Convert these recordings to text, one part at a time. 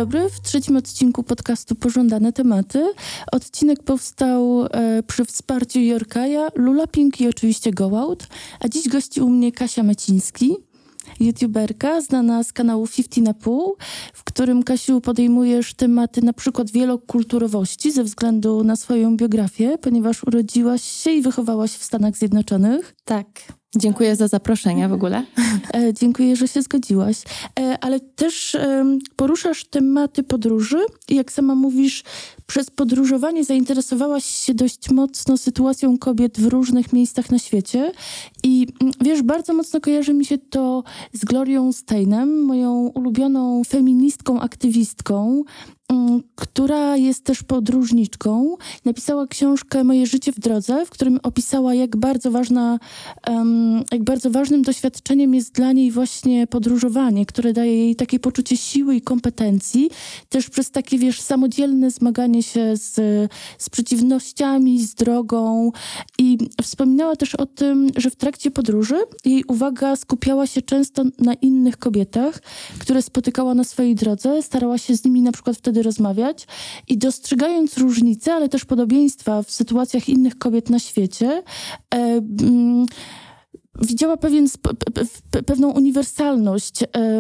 dobry, w trzecim odcinku podcastu Pożądane Tematy. Odcinek powstał przy wsparciu Yorkaja, Lula Pink i oczywiście Go Out. A dziś gości u mnie Kasia Meciński, youtuberka znana z kanału 50 na pół, w którym, Kasiu, podejmujesz tematy na przykład wielokulturowości ze względu na swoją biografię, ponieważ urodziłaś się i wychowałaś w Stanach Zjednoczonych. Tak. Dziękuję za zaproszenie w ogóle. Dziękuję, że się zgodziłaś. Ale też poruszasz tematy podróży i jak sama mówisz, przez podróżowanie zainteresowałaś się dość mocno sytuacją kobiet w różnych miejscach na świecie. I wiesz, bardzo mocno kojarzy mi się to z Glorią Steinem, moją ulubioną feministką, aktywistką, która jest też podróżniczką. Napisała książkę Moje życie w drodze, w którym opisała, jak bardzo ważnym doświadczeniem jest dla niej właśnie podróżowanie, które daje jej takie poczucie siły i kompetencji. Też przez takie, wiesz, samodzielne zmaganie się z przeciwnościami, z drogą. I wspominała też o tym, że w trakcie podróży jej uwaga skupiała się często na innych kobietach, które spotykała na swojej drodze. Starała się z nimi na przykład wtedy rozmawiać i dostrzegając różnice, ale też podobieństwa w sytuacjach innych kobiet na świecie, widziała pewną uniwersalność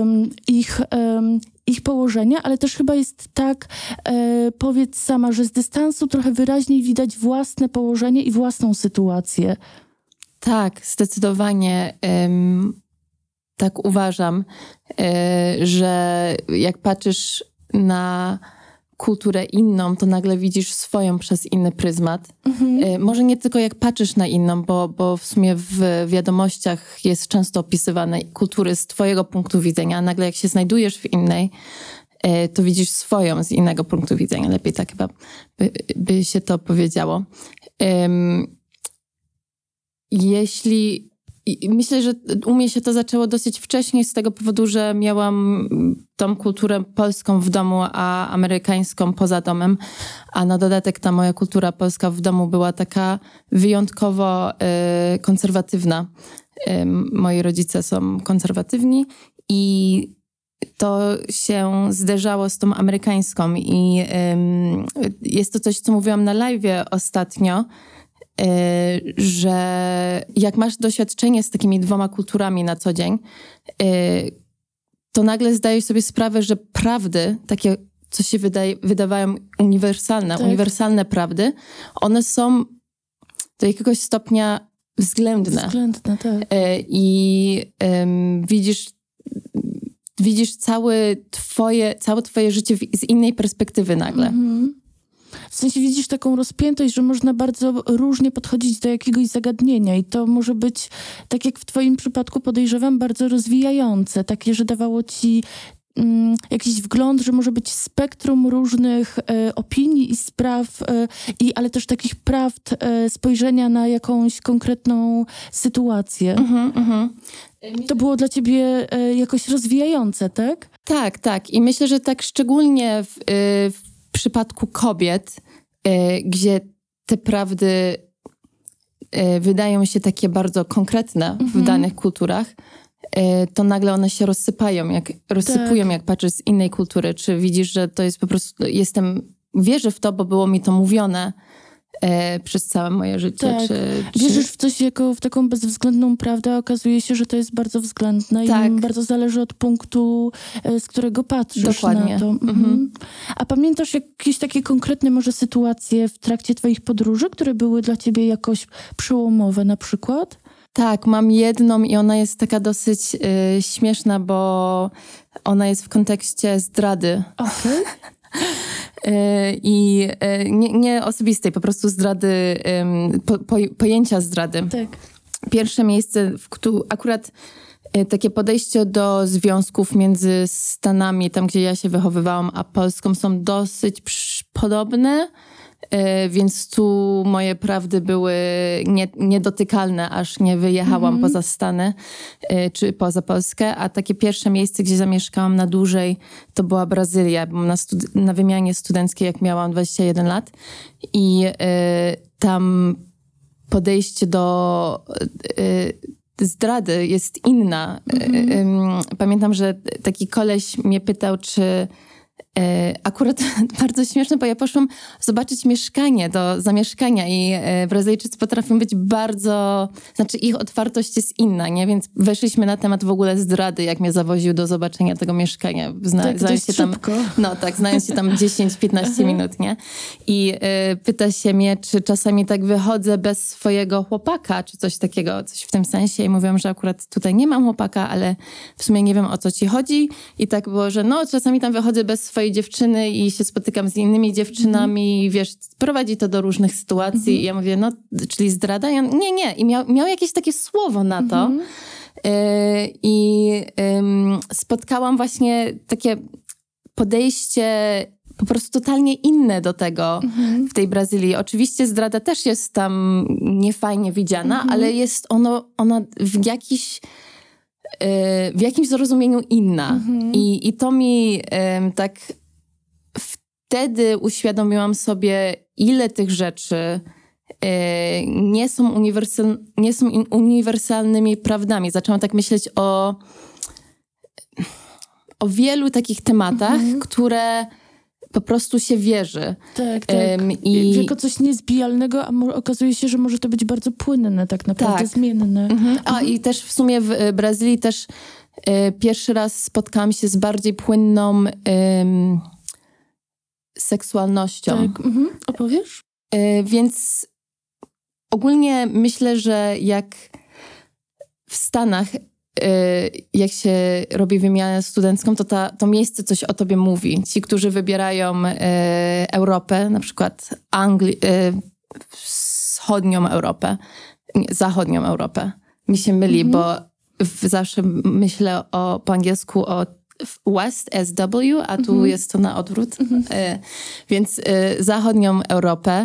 ich położenia, ale też chyba jest tak, powiedz sama, że z dystansu trochę wyraźniej widać własne położenie i własną sytuację. Tak, zdecydowanie tak uważam, że jak patrzysz na kulturę inną, to nagle widzisz swoją przez inny pryzmat. Może nie tylko jak patrzysz na inną, bo w sumie w wiadomościach jest często opisywane kultury z twojego punktu widzenia, a nagle jak się znajdujesz w innej, to widzisz swoją z innego punktu widzenia. Lepiej tak chyba by się to powiedziało. Myślę, że u mnie się to zaczęło dosyć wcześnie z tego powodu, że miałam tą kulturę polską w domu, a amerykańską poza domem. A na dodatek ta moja kultura polska w domu była taka wyjątkowo konserwatywna. Moi rodzice są konserwatywni i to się zderzało z tą amerykańską. I jest to coś, co mówiłam na live'ie ostatnio, że jak masz doświadczenie z takimi dwoma kulturami na co dzień, to nagle zdajesz sobie sprawę, że prawdy, takie, co się wydawają uniwersalne prawdy, one są do jakiegoś stopnia względne. Tak. I widzisz całe twoje życie z innej perspektywy nagle. W sensie widzisz taką rozpiętość, że można bardzo różnie podchodzić do jakiegoś zagadnienia i to może być, tak jak w twoim przypadku podejrzewam, bardzo rozwijające. Takie, że dawało ci jakiś wgląd, że może być spektrum różnych opinii i spraw, ale też takich prawd, spojrzenia na jakąś konkretną sytuację. To było dla ciebie jakoś rozwijające, tak? Tak. I myślę, że tak szczególnie w przypadku kobiet, gdzie te prawdy wydają się takie bardzo konkretne w danych kulturach, to nagle one się rozsypują, jak patrzysz z innej kultury. Czy widzisz, że to jest po prostu, wierzę w to, bo było mi to mówione przez całe moje życie. Tak. Wierzysz w coś w taką bezwzględną prawdę, a okazuje się, że to jest bardzo względne i bardzo zależy od punktu, z którego patrzysz. Dokładnie. Na to. A pamiętasz jakieś takie konkretne może sytuacje w trakcie twoich podróży, które były dla ciebie jakoś przełomowe na przykład? Tak, mam jedną i ona jest taka dosyć śmieszna, bo ona jest w kontekście zdrady. Okej. I nie osobistej, po prostu zdrady, pojęcia zdrady. Tak. Pierwsze miejsce, akurat takie podejście do związków między Stanami, tam gdzie ja się wychowywałam, a Polską są dosyć podobne, więc tu moje prawdy były niedotykalne, aż nie wyjechałam poza Stany czy poza Polskę, a takie pierwsze miejsce, gdzie zamieszkałam na dłużej, to była Brazylia. Byłam na wymianie studenckiej, jak miałam 21 lat i tam podejście do zdrady jest inna. Pamiętam, że taki koleś mnie pytał, czy Akurat bardzo śmieszne, bo ja poszłam zobaczyć mieszkanie do zamieszkania i Brazylijczycy potrafią być bardzo... Znaczy ich otwartość jest inna, nie? Więc weszliśmy na temat w ogóle zdrady, jak mnie zawoził do zobaczenia tego mieszkania. Znając się tam, znając się tam 10-15 minut, nie? I pyta się mnie, czy czasami tak wychodzę bez swojego chłopaka, czy coś takiego, coś w tym sensie. I mówiłam, że akurat tutaj nie mam chłopaka, ale w sumie nie wiem, o co ci chodzi. I tak było, że czasami tam wychodzę bez swojej dziewczyny i się spotykam z innymi dziewczynami, wiesz, prowadzi to do różnych sytuacji. I ja mówię, czyli zdrada? I on, nie. I miał jakieś takie słowo na to. Spotkałam właśnie takie podejście po prostu totalnie inne do tego w tej Brazylii. Oczywiście zdrada też jest tam niefajnie widziana, ale jest ona w jakimś zrozumieniu inna. I to mi tak wtedy uświadomiłam sobie, ile tych rzeczy nie są uniwersalnymi prawdami. Zaczęłam tak myśleć o wielu takich tematach, które po prostu się wierzy. Tak. Jako coś niezbijalnego, a okazuje się, że może to być bardzo płynne, tak naprawdę, zmienne. I też w sumie w Brazylii też pierwszy raz spotkałam się z bardziej płynną seksualnością. Tak. Opowiesz? Więc ogólnie myślę, że jak w Stanach jak się robi wymianę studencką, to miejsce coś o tobie mówi. Ci, którzy wybierają Europę, na przykład wschodnią Europę, zachodnią Europę. Mi się myli, bo zawsze myślę po angielsku o West, SW, a tu jest to na odwrót. Więc zachodnią Europę.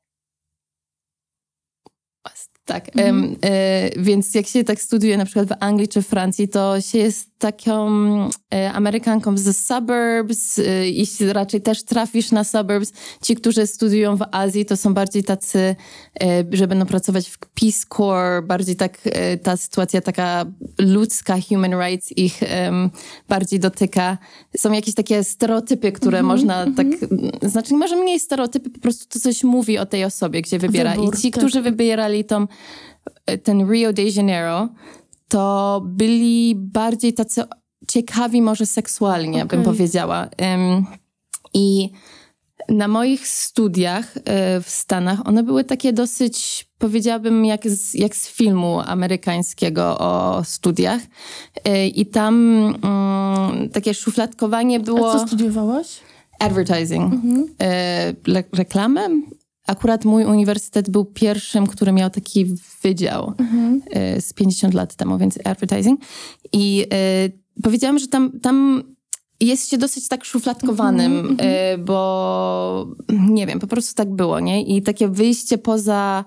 Tak, więc jak się tak studiuje na przykład w Anglii czy Francji, to się jest taką Amerykanką ze suburbs i raczej też trafisz na suburbs. Ci, którzy studiują w Azji, to są bardziej tacy, że będą pracować w Peace Corps, bardziej tak ta sytuacja taka ludzka, human rights ich bardziej dotyka. Są jakieś takie stereotypy, które można tak, znaczy może mniej stereotypy, po prostu to coś mówi o tej osobie, gdzie wybiera. Wybór, I ci, którzy wybierali ten Rio de Janeiro, to byli bardziej tacy ciekawi może seksualnie, bym powiedziała. I na moich studiach w Stanach one były takie dosyć, powiedziałabym, jak z filmu amerykańskiego o studiach. I tam takie szufladkowanie było... A co studiowałaś? Advertising. Reklamę. Akurat mój uniwersytet był pierwszym, który miał taki wydział z 50 lat temu, więc advertising. I powiedziałam, że tam jest się dosyć tak szufladkowanym, bo nie wiem, po prostu tak było, nie? I takie wyjście poza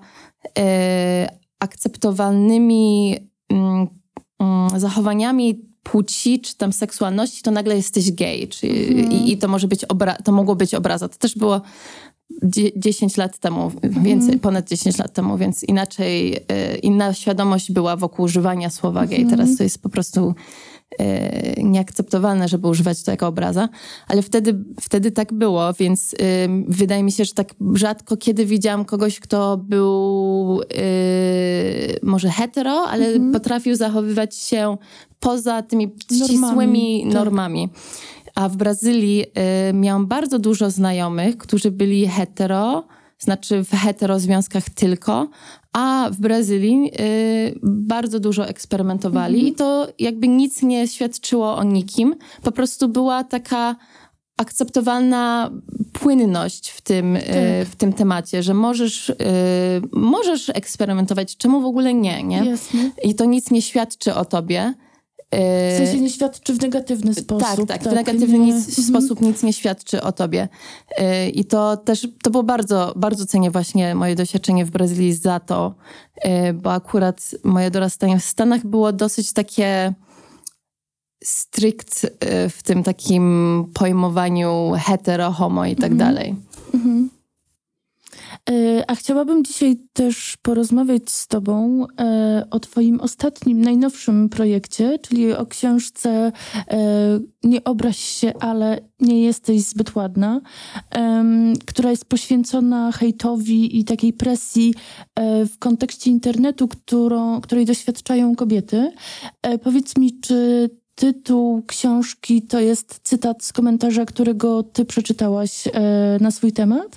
akceptowalnymi zachowaniami płci, czy tam seksualności, to nagle jesteś gej. I to może być to mogło być obraza. To też było 10 lat temu, więcej, ponad 10 lat temu, więc inaczej, inna świadomość była wokół używania słowa gej. Teraz to jest po prostu nieakceptowalne, żeby używać to jako obraza, ale wtedy tak było, więc wydaje mi się, że tak rzadko kiedy widziałam kogoś, kto był może hetero, ale potrafił zachowywać się poza tymi ścisłymi normami. A w Brazylii miałam bardzo dużo znajomych, którzy byli hetero, znaczy w hetero związkach tylko, a w Brazylii bardzo dużo eksperymentowali i to jakby nic nie świadczyło o nikim. Po prostu była taka akceptowalna płynność w tym temacie, że możesz eksperymentować, czemu w ogóle nie? Jasne. I to nic nie świadczy o tobie. W sensie nie świadczy w negatywny sposób. Tak, w negatywny sposób nic nie świadczy o tobie. I to też, to było bardzo, bardzo cenię właśnie moje doświadczenie w Brazylii za to, bo akurat moje dorastanie w Stanach było dosyć takie strict w tym takim pojmowaniu hetero, homo i tak dalej. A A chciałabym dzisiaj też porozmawiać z tobą o twoim ostatnim, najnowszym projekcie, czyli o książce Nie obraź się, ale nie jesteś zbyt ładna, która jest poświęcona hejtowi i takiej presji w kontekście internetu, której doświadczają kobiety. Powiedz mi, czy tytuł książki to jest cytat z komentarza, którego ty przeczytałaś na swój temat?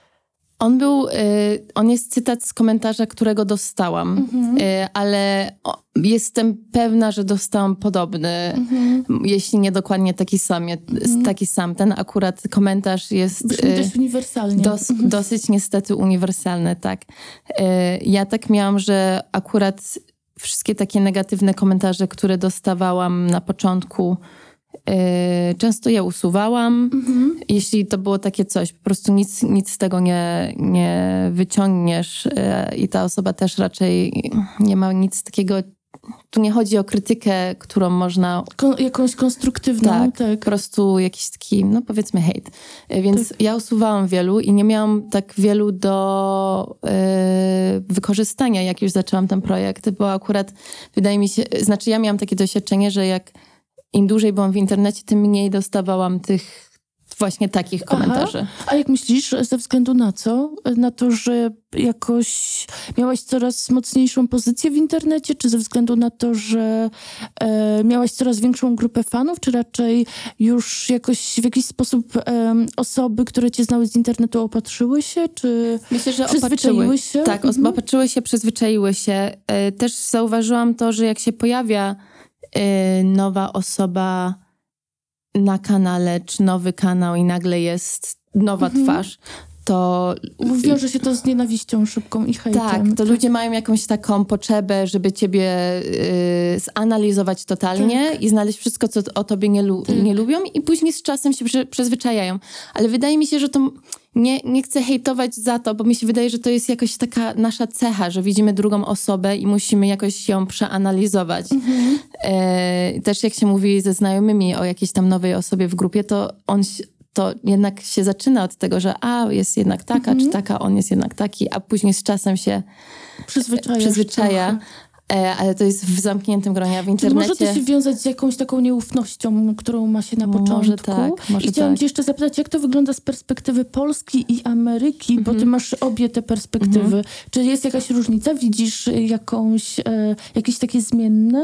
On jest cytat z komentarza, którego dostałam, ale jestem pewna, że dostałam podobny, jeśli nie dokładnie taki sam. Ten akurat komentarz jest Brzmi dość uniwersalnie. Dosyć niestety uniwersalny, tak. Ja tak miałam, że akurat wszystkie takie negatywne komentarze, które dostawałam na początku, często je usuwałam. Jeśli to było takie coś, po prostu nic z tego nie wyciągniesz i ta osoba też raczej nie ma nic takiego. Tu nie chodzi o krytykę, którą można... Jakąś konstruktywną. Tak, po prostu jakiś taki, no powiedzmy hejt. Więc ja usuwałam wielu i nie miałam tak wielu do wykorzystania, jak już zaczęłam ten projekt, bo akurat wydaje mi się, znaczy ja miałam takie doświadczenie, że jak im dłużej byłam w internecie, tym mniej dostawałam tych właśnie takich komentarzy. A jak myślisz, ze względu na co? Na to, że jakoś miałaś coraz mocniejszą pozycję w internecie, czy ze względu na to, że miałaś coraz większą grupę fanów, czy raczej już jakoś w jakiś sposób osoby, które cię znały z internetu, opatrzyły się, czy myślę, że przyzwyczaiły się? Tak, opatrzyły się, przyzwyczaiły się. Też zauważyłam to, że jak się pojawia nowa osoba na kanale, czy nowy kanał i nagle jest nowa twarz, to... Wiąże się to z nienawiścią szybką i hejtem. Tak, to ludzie mają jakąś taką potrzebę, żeby ciebie zanalizować totalnie i znaleźć wszystko, co o tobie nie lubią i później z czasem się przyzwyczajają. Ale wydaje mi się, że to... Nie chcę hejtować za to, bo mi się wydaje, że to jest jakoś taka nasza cecha, że widzimy drugą osobę i musimy jakoś ją przeanalizować. Też jak się mówi ze znajomymi o jakiejś tam nowej osobie w grupie, to jednak się zaczyna od tego, że jest jednak taka, czy taka, on jest jednak taki, a później z czasem się przyzwyczaja. Ale to jest w zamkniętym gronie, a w internecie... Może to się wiązać z jakąś taką nieufnością, którą ma się na początku. Może I chciałam cię jeszcze zapytać, jak to wygląda z perspektywy Polski i Ameryki, bo ty masz obie te perspektywy. Czy jest jakaś różnica? Widzisz jakieś takie zmienne?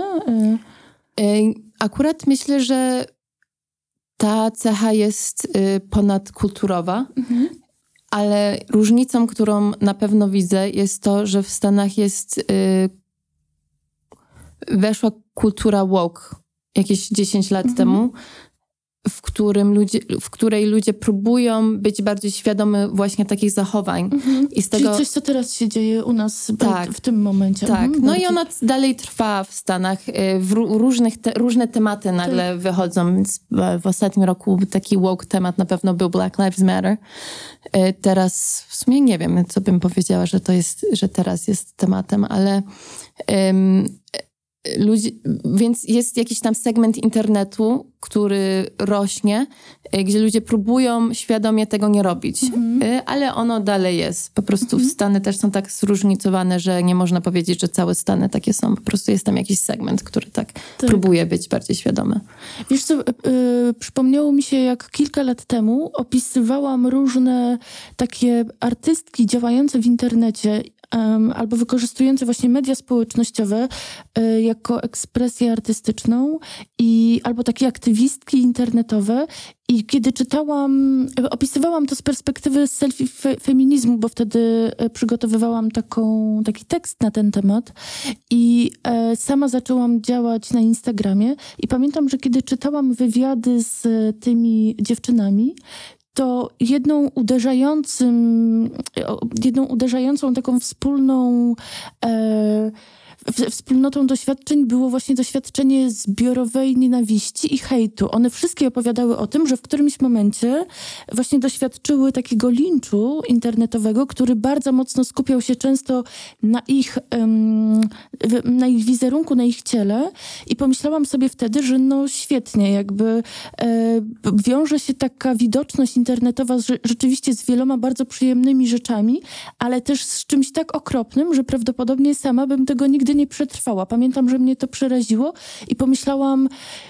Akurat myślę, że ta cecha jest ponadkulturowa, ale różnicą, którą na pewno widzę, jest to, że w Stanach jest... weszła kultura woke jakieś 10 lat temu, w której ludzie próbują być bardziej świadomi właśnie takich zachowań. I z tego... Czyli coś, co teraz się dzieje u nas w tym momencie. Tak, i ona dalej trwa w Stanach. Różne tematy nagle wychodzą. Więc w ostatnim roku taki woke temat na pewno był Black Lives Matter. Teraz w sumie nie wiem, co bym powiedziała, że teraz jest tematem, ale... Więc jest jakiś tam segment internetu, który rośnie, gdzie ludzie próbują świadomie tego nie robić. Ale ono dalej jest. Po prostu Stany też są tak zróżnicowane, że nie można powiedzieć, że całe Stany takie są. Po prostu jest tam jakiś segment, który tak próbuje być bardziej świadomy. Wiesz co, przypomniało mi się, jak kilka lat temu opisywałam różne takie artystki działające w internecie albo wykorzystujące właśnie media społecznościowe jako ekspresję artystyczną albo takie aktywistki internetowe. I kiedy opisywałam to z perspektywy selfie-feminizmu, bo wtedy przygotowywałam taki tekst na ten temat i sama zaczęłam działać na Instagramie i pamiętam, że kiedy czytałam wywiady z tymi dziewczynami, to jedną uderzającą taką wspólną wspólnotą doświadczeń było właśnie doświadczenie zbiorowej nienawiści i hejtu. One wszystkie opowiadały o tym, że w którymś momencie właśnie doświadczyły takiego linczu internetowego, który bardzo mocno skupiał się często na ich wizerunku, na ich ciele i pomyślałam sobie wtedy, że no świetnie, jakby wiąże się taka widoczność internetowa rzeczywiście z wieloma bardzo przyjemnymi rzeczami, ale też z czymś tak okropnym, że prawdopodobnie sama bym tego nigdy nie przetrwała. Pamiętam, że mnie to przeraziło i pomyślałam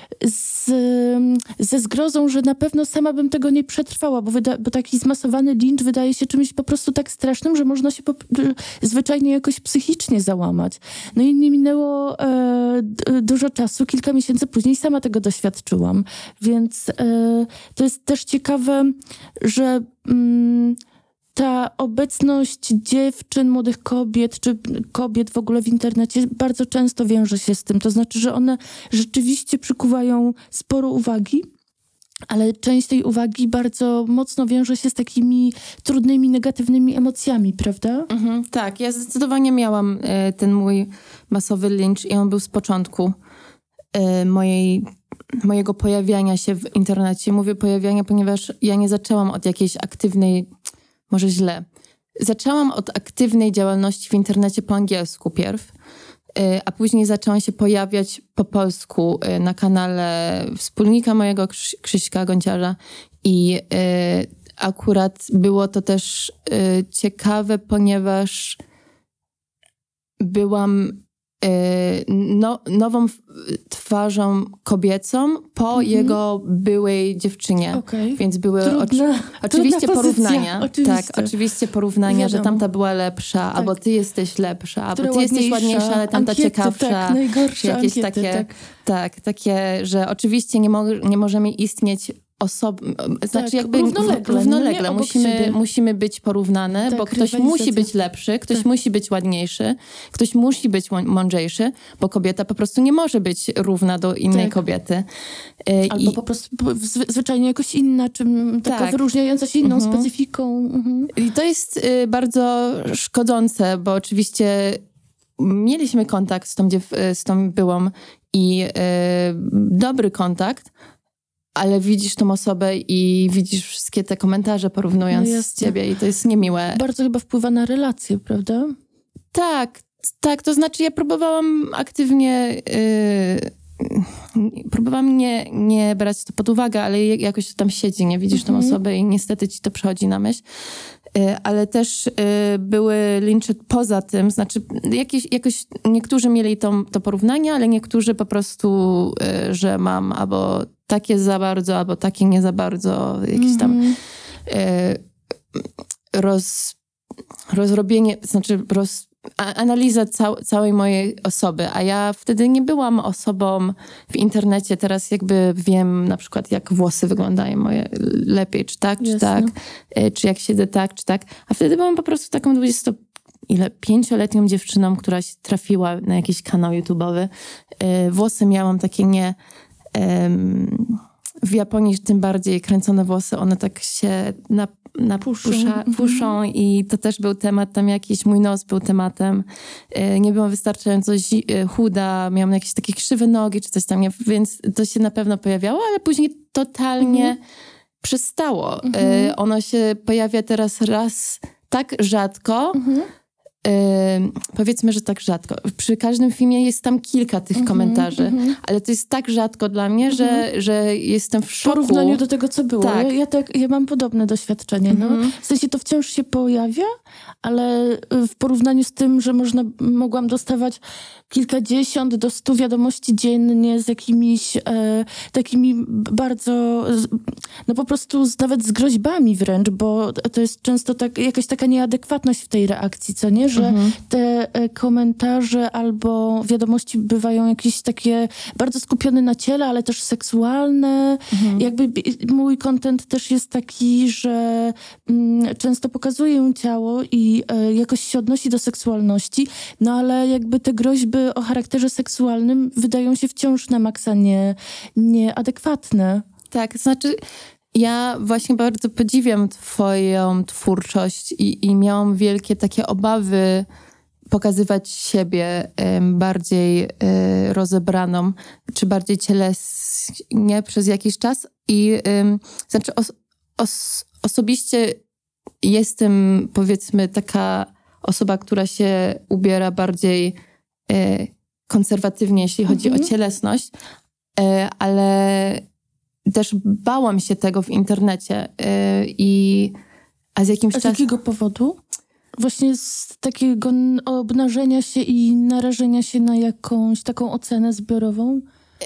ze zgrozą, że na pewno sama bym tego nie przetrwała, bo taki zmasowany lincz wydaje się czymś po prostu tak strasznym, że można się zwyczajnie jakoś psychicznie załamać. No i nie minęło dużo czasu, kilka miesięcy później sama tego doświadczyłam. Więc to jest też ciekawe, że ta obecność dziewczyn, młodych kobiet, czy kobiet w ogóle w internecie bardzo często wiąże się z tym. To znaczy, że one rzeczywiście przykuwają sporo uwagi, ale część tej uwagi bardzo mocno wiąże się z takimi trudnymi, negatywnymi emocjami, prawda? Tak, ja zdecydowanie miałam ten mój masowy lincz i on był z początku mojego pojawiania się w internecie. Mówię pojawiania, ponieważ ja nie zaczęłam od jakiejś aktywnej, może źle. Zaczęłam od aktywnej działalności w internecie po angielsku pierw, a później zaczęłam się pojawiać po polsku na kanale wspólnika mojego Krzyśka Gonciarza i akurat było to też ciekawe, ponieważ byłam nową twarzą kobiecą po jego byłej dziewczynie. Okay. Więc były oczywiście porównania. Tak, oczywiście porównania, że tamta była lepsza, tak. Albo ty jesteś lepsza, albo ty jesteś ładniejsza, ale tamta ankiety, ciekawsza. Tak, najgorsze jakieś ankiety, takie, tak, takie, że oczywiście nie możemy istnieć znaczy jakby równolegle. Musimy być porównane, tak, bo ktoś musi być lepszy, ktoś musi być ładniejszy, ktoś musi być mądrzejszy, bo kobieta po prostu nie może być równa do innej kobiety. Albo po prostu zwyczajnie jakoś inna, taka wyróżniająca się inną specyfiką. I to jest bardzo szkodzące, bo oczywiście mieliśmy kontakt z tą byłą i dobry kontakt, ale widzisz tą osobę i widzisz wszystkie te komentarze porównując ciebie i to jest niemiłe. Bardzo chyba wpływa na relacje, prawda? Tak, to znaczy ja próbowałam aktywnie, próbowałam nie brać to pod uwagę, ale jakoś to tam siedzi, nie widzisz tą osobę i niestety ci to przychodzi na myśl. Ale też były lincze poza tym, znaczy jakoś niektórzy mieli to porównanie, ale niektórzy po prostu, że mam albo takie za bardzo, albo takie nie za bardzo, jakieś tam rozrobienie, znaczy analiza całej mojej osoby, a ja wtedy nie byłam osobą w internecie, teraz jakby wiem na przykład jak włosy wyglądają moje lepiej, czy tak, czy tak, czy jak siedzę tak, czy tak, a wtedy byłam po prostu taką 25-letnią dziewczyną, która się trafiła na jakiś kanał YouTube'owy. Włosy miałam takie w Japonii tym bardziej kręcone włosy, one tak się puszą i to też był temat, tam jakiś mój nos był tematem. Nie byłam wystarczająco chuda, miałam jakieś takie krzywe nogi czy coś tam, więc to się na pewno pojawiało, ale później totalnie przestało. Ono się pojawia teraz raz tak rzadko, powiedzmy, że tak rzadko. Przy każdym filmie jest tam kilka tych komentarzy, ale to jest tak rzadko dla mnie, że jestem w szoku. W porównaniu do tego, co było. Tak. Ja mam podobne doświadczenie. No. W sensie to wciąż się pojawia, ale w porównaniu z tym, że mogłam dostawać kilkadziesiąt do 100 wiadomości dziennie z jakimiś takimi bardzo, no po prostu nawet z groźbami wręcz, bo to jest często jakaś taka nieadekwatność w tej reakcji, co nie? Że te komentarze albo wiadomości bywają jakieś takie bardzo skupione na ciele, ale też seksualne. Jakby mój content też jest taki, że często pokazuję ciało i jakoś się odnosi do seksualności, no ale jakby te groźby o charakterze seksualnym wydają się wciąż na maksa nieadekwatne. Tak, znaczy ja właśnie bardzo podziwiam twoją twórczość i miałam wielkie takie obawy Mhm. siebie bardziej rozebraną, czy bardziej cielesnie przez jakiś czas. I znaczy osobiście jestem, powiedzmy, taka osoba, która się ubiera bardziej konserwatywnie, jeśli chodzi o cielesność, ale też bałam się tego w internecie. A z jakimś A z jakiego powodu? Właśnie z takiego obnażenia się i narażenia się na jakąś taką ocenę zbiorową?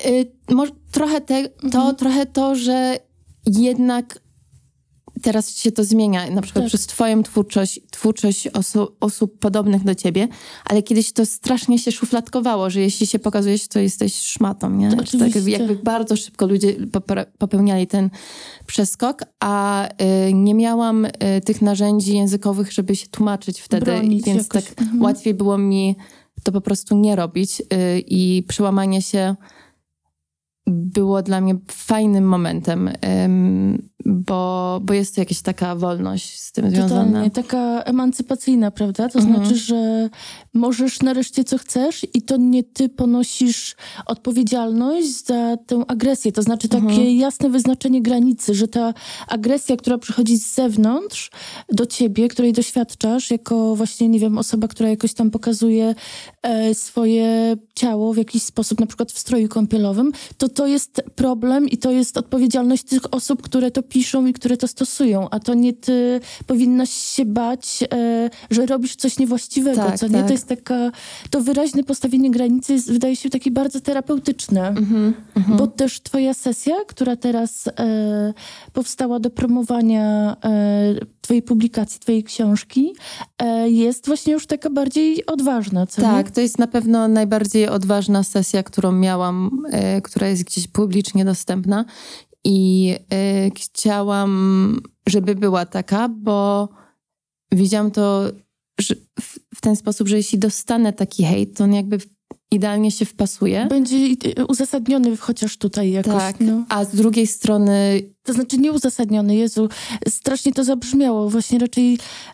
Trochę to, że jednak teraz się to zmienia, na przykład przez twoją twórczość osób podobnych do ciebie, ale kiedyś to strasznie się szufladkowało, że jeśli się pokazujesz, to jesteś szmatą, nie? Tak jakby bardzo szybko ludzie popełniali ten przeskok, a nie miałam tych narzędzi językowych, żeby się tłumaczyć wtedy, bronić więc jakoś. tak łatwiej było mi to po prostu nie robić i przełamanie się było dla mnie fajnym momentem, bo jest to jakaś taka wolność z tym związana. Totalnie, taka emancypacyjna, prawda? To znaczy, że możesz nareszcie co chcesz i to nie ty ponosisz odpowiedzialność za tę agresję. To znaczy takie jasne wyznaczenie granicy, że ta agresja, która przychodzi z zewnątrz do ciebie, której doświadczasz jako właśnie, nie wiem, osoba, która jakoś tam pokazuje swoje ciało w jakiś sposób, na przykład w stroju kąpielowym, to jest problem i to jest odpowiedzialność tych osób, które to piszą i które to stosują, a to nie ty powinnaś się bać, że robisz coś niewłaściwego, tak, co nie? To jest to wyraźne postawienie granicy jest, wydaje się, takie bardzo terapeutyczne, bo też twoja sesja, która teraz powstała do promowania twojej publikacji, twojej książki, jest właśnie już taka bardziej odważna, co tak, nie? to jest na pewno najbardziej odważna sesja, którą miałam, która jest gdzieś publicznie dostępna i chciałam, żeby była taka, bo widziałam to że w ten sposób, że jeśli dostanę taki hejt, to on jakby idealnie się wpasuje. Będzie uzasadniony chociaż tutaj jakoś. Tak, no. a z drugiej strony... To znaczy nieuzasadniony, Jezu, strasznie to zabrzmiało. Właśnie raczej...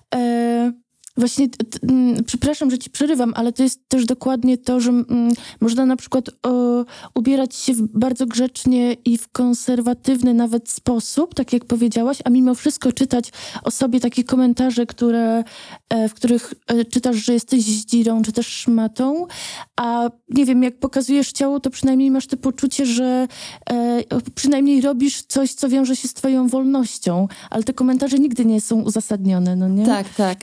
przepraszam, że ci przerywam, ale to jest też dokładnie to, że można na przykład ubierać się bardzo grzecznie i w konserwatywny nawet sposób, tak jak powiedziałaś, a mimo wszystko czytać o sobie takie komentarze, w których czytasz, że jesteś zdzirą, czy też szmatą, a nie wiem, jak pokazujesz ciało, to przynajmniej masz to poczucie, że przynajmniej robisz coś, co wiąże się z twoją wolnością, ale te komentarze nigdy nie są uzasadnione, no nie? Tak, tak.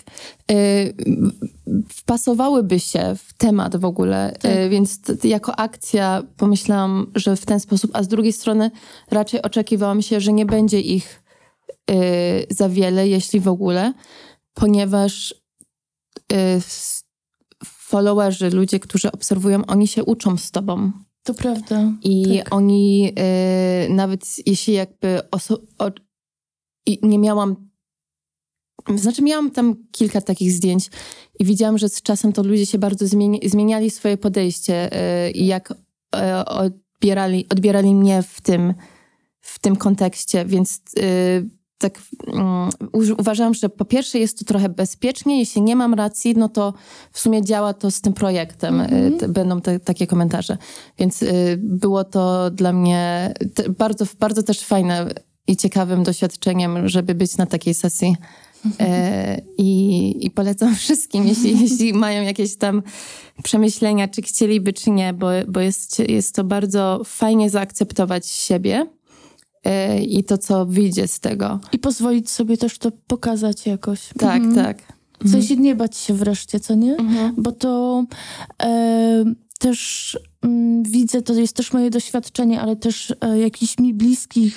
Wpasowałyby się w temat w ogóle, więc jako akcja pomyślałam, że w ten sposób, a z drugiej strony raczej oczekiwałam się, że nie będzie ich za wiele, jeśli w ogóle, ponieważ followerzy, ludzie, którzy obserwują, oni się uczą z tobą. To prawda. I tak. oni nawet jeśli jakby i nie miałam miałam tam kilka takich zdjęć i widziałam, że z czasem to ludzie się bardzo zmieniali swoje podejście i jak odbierali mnie w tym kontekście, więc tak uważam, że po pierwsze jest to trochę bezpiecznie, jeśli nie mam racji, no to w sumie działa to z tym projektem, będą takie komentarze, więc było to dla mnie bardzo, bardzo też fajne i ciekawym doświadczeniem, żeby być na takiej sesji. I polecam wszystkim, jeśli mają jakieś tam przemyślenia, czy chcieliby, czy nie, bo jest to bardzo fajnie zaakceptować siebie i to, co wyjdzie z tego. I pozwolić sobie też to pokazać jakoś. Tak, tak. W sensie nie bać się wreszcie, co nie? Bo to też widzę, to jest też moje doświadczenie, ale też jakichś mi bliskich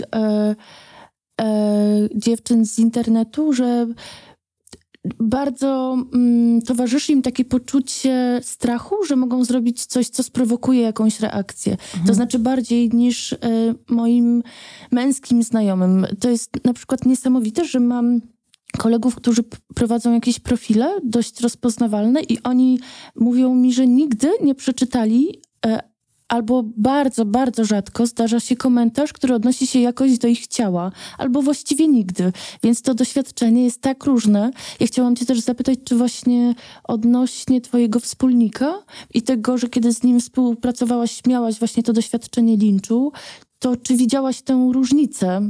dziewczyn z internetu, że bardzo towarzyszy im takie poczucie strachu, że mogą zrobić coś, co sprowokuje jakąś reakcję. To znaczy bardziej niż moim męskim znajomym. To jest na przykład niesamowite, że mam kolegów, którzy prowadzą jakieś profile dość rozpoznawalne i oni mówią mi, że nigdy nie przeczytali albo bardzo, bardzo rzadko zdarza się komentarz, który odnosi się jakoś do ich ciała, albo właściwie nigdy. Więc to doświadczenie jest tak różne. Ja chciałam cię też zapytać, czy właśnie odnośnie twojego wspólnika i tego, że kiedy z nim współpracowałaś, miałaś właśnie to doświadczenie linczu, to czy widziałaś tę różnicę?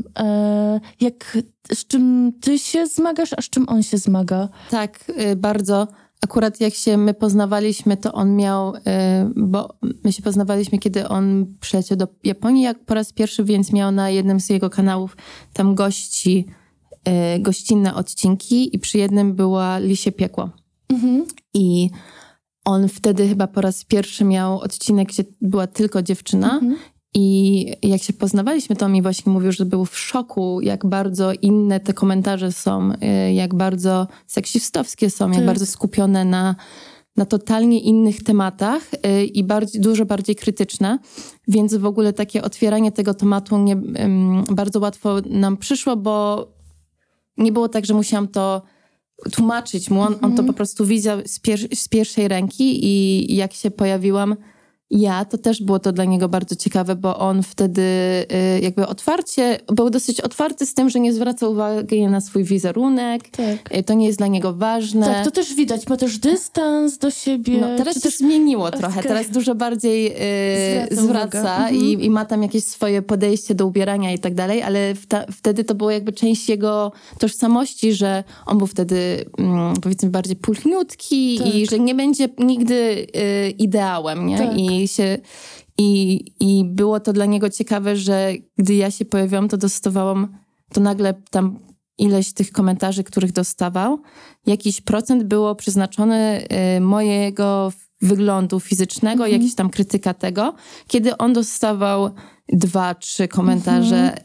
Z czym ty się zmagasz, a z czym on się zmaga? Tak, bardzo. Akurat jak się my poznawaliśmy, to on miał, bo my się poznawaliśmy, kiedy on przyleciał do Japonii jak po raz pierwszy, więc miał na jednym z jego kanałów tam gościnne odcinki i przy jednym była Lisie Piekło. I on wtedy chyba po raz pierwszy miał odcinek, gdzie była tylko dziewczyna. I jak się poznawaliśmy, to on mi właśnie mówił, że był w szoku, jak bardzo inne te komentarze są, jak bardzo seksistowskie są, jak bardzo skupione na totalnie innych tematach i dużo bardziej krytyczne. Więc w ogóle takie otwieranie tego tematu bardzo łatwo nam przyszło, bo nie było tak, że musiałam to tłumaczyć mu. On to po prostu widział z pierwszej ręki i jak się pojawiłam to też było to dla niego bardzo ciekawe, bo on wtedy jakby był dosyć otwarty z tym, że nie zwraca uwagi na swój wizerunek. Tak. To nie jest dla niego ważne. Tak, to też widać. Ma też dystans do siebie. No, teraz się zmieniło trochę. Teraz dużo bardziej zwraca i ma tam jakieś swoje podejście do ubierania i tak dalej, ale wtedy to było jakby część jego tożsamości, że on był wtedy powiedzmy bardziej pulchniutki i że nie będzie nigdy ideałem, nie? Tak. I było to dla niego ciekawe, że gdy ja się pojawiłam, to dostawałam, to nagle tam ileś tych komentarzy, których dostawał, jakiś procent było przeznaczony mojego wyglądu fizycznego, jakaś tam krytyka tego. Kiedy on dostawał 2-3 komentarze,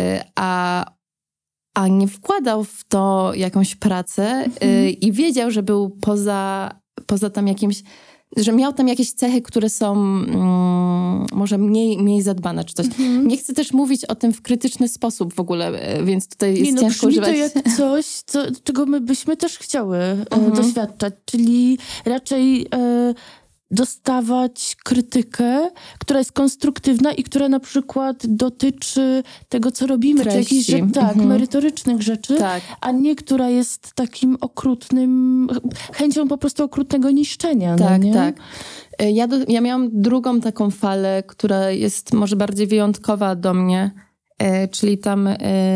a nie wkładał w to jakąś pracę i wiedział, że był poza tam jakimś, że miał tam jakieś cechy, które są może mniej zadbane czy coś. Nie chcę też mówić o tym w krytyczny sposób w ogóle, więc tutaj jest ciężko używać. To jak coś, czego my byśmy też chciały doświadczać, czyli raczej dostawać krytykę, która jest konstruktywna i która na przykład dotyczy tego, co robimy, treści. Czy jakichś merytorycznych rzeczy, a nie która jest takim chęcią po prostu okrutnego niszczenia. Tak, no nie? tak. Ja miałam drugą taką falę, która jest może bardziej wyjątkowa do mnie, czyli tam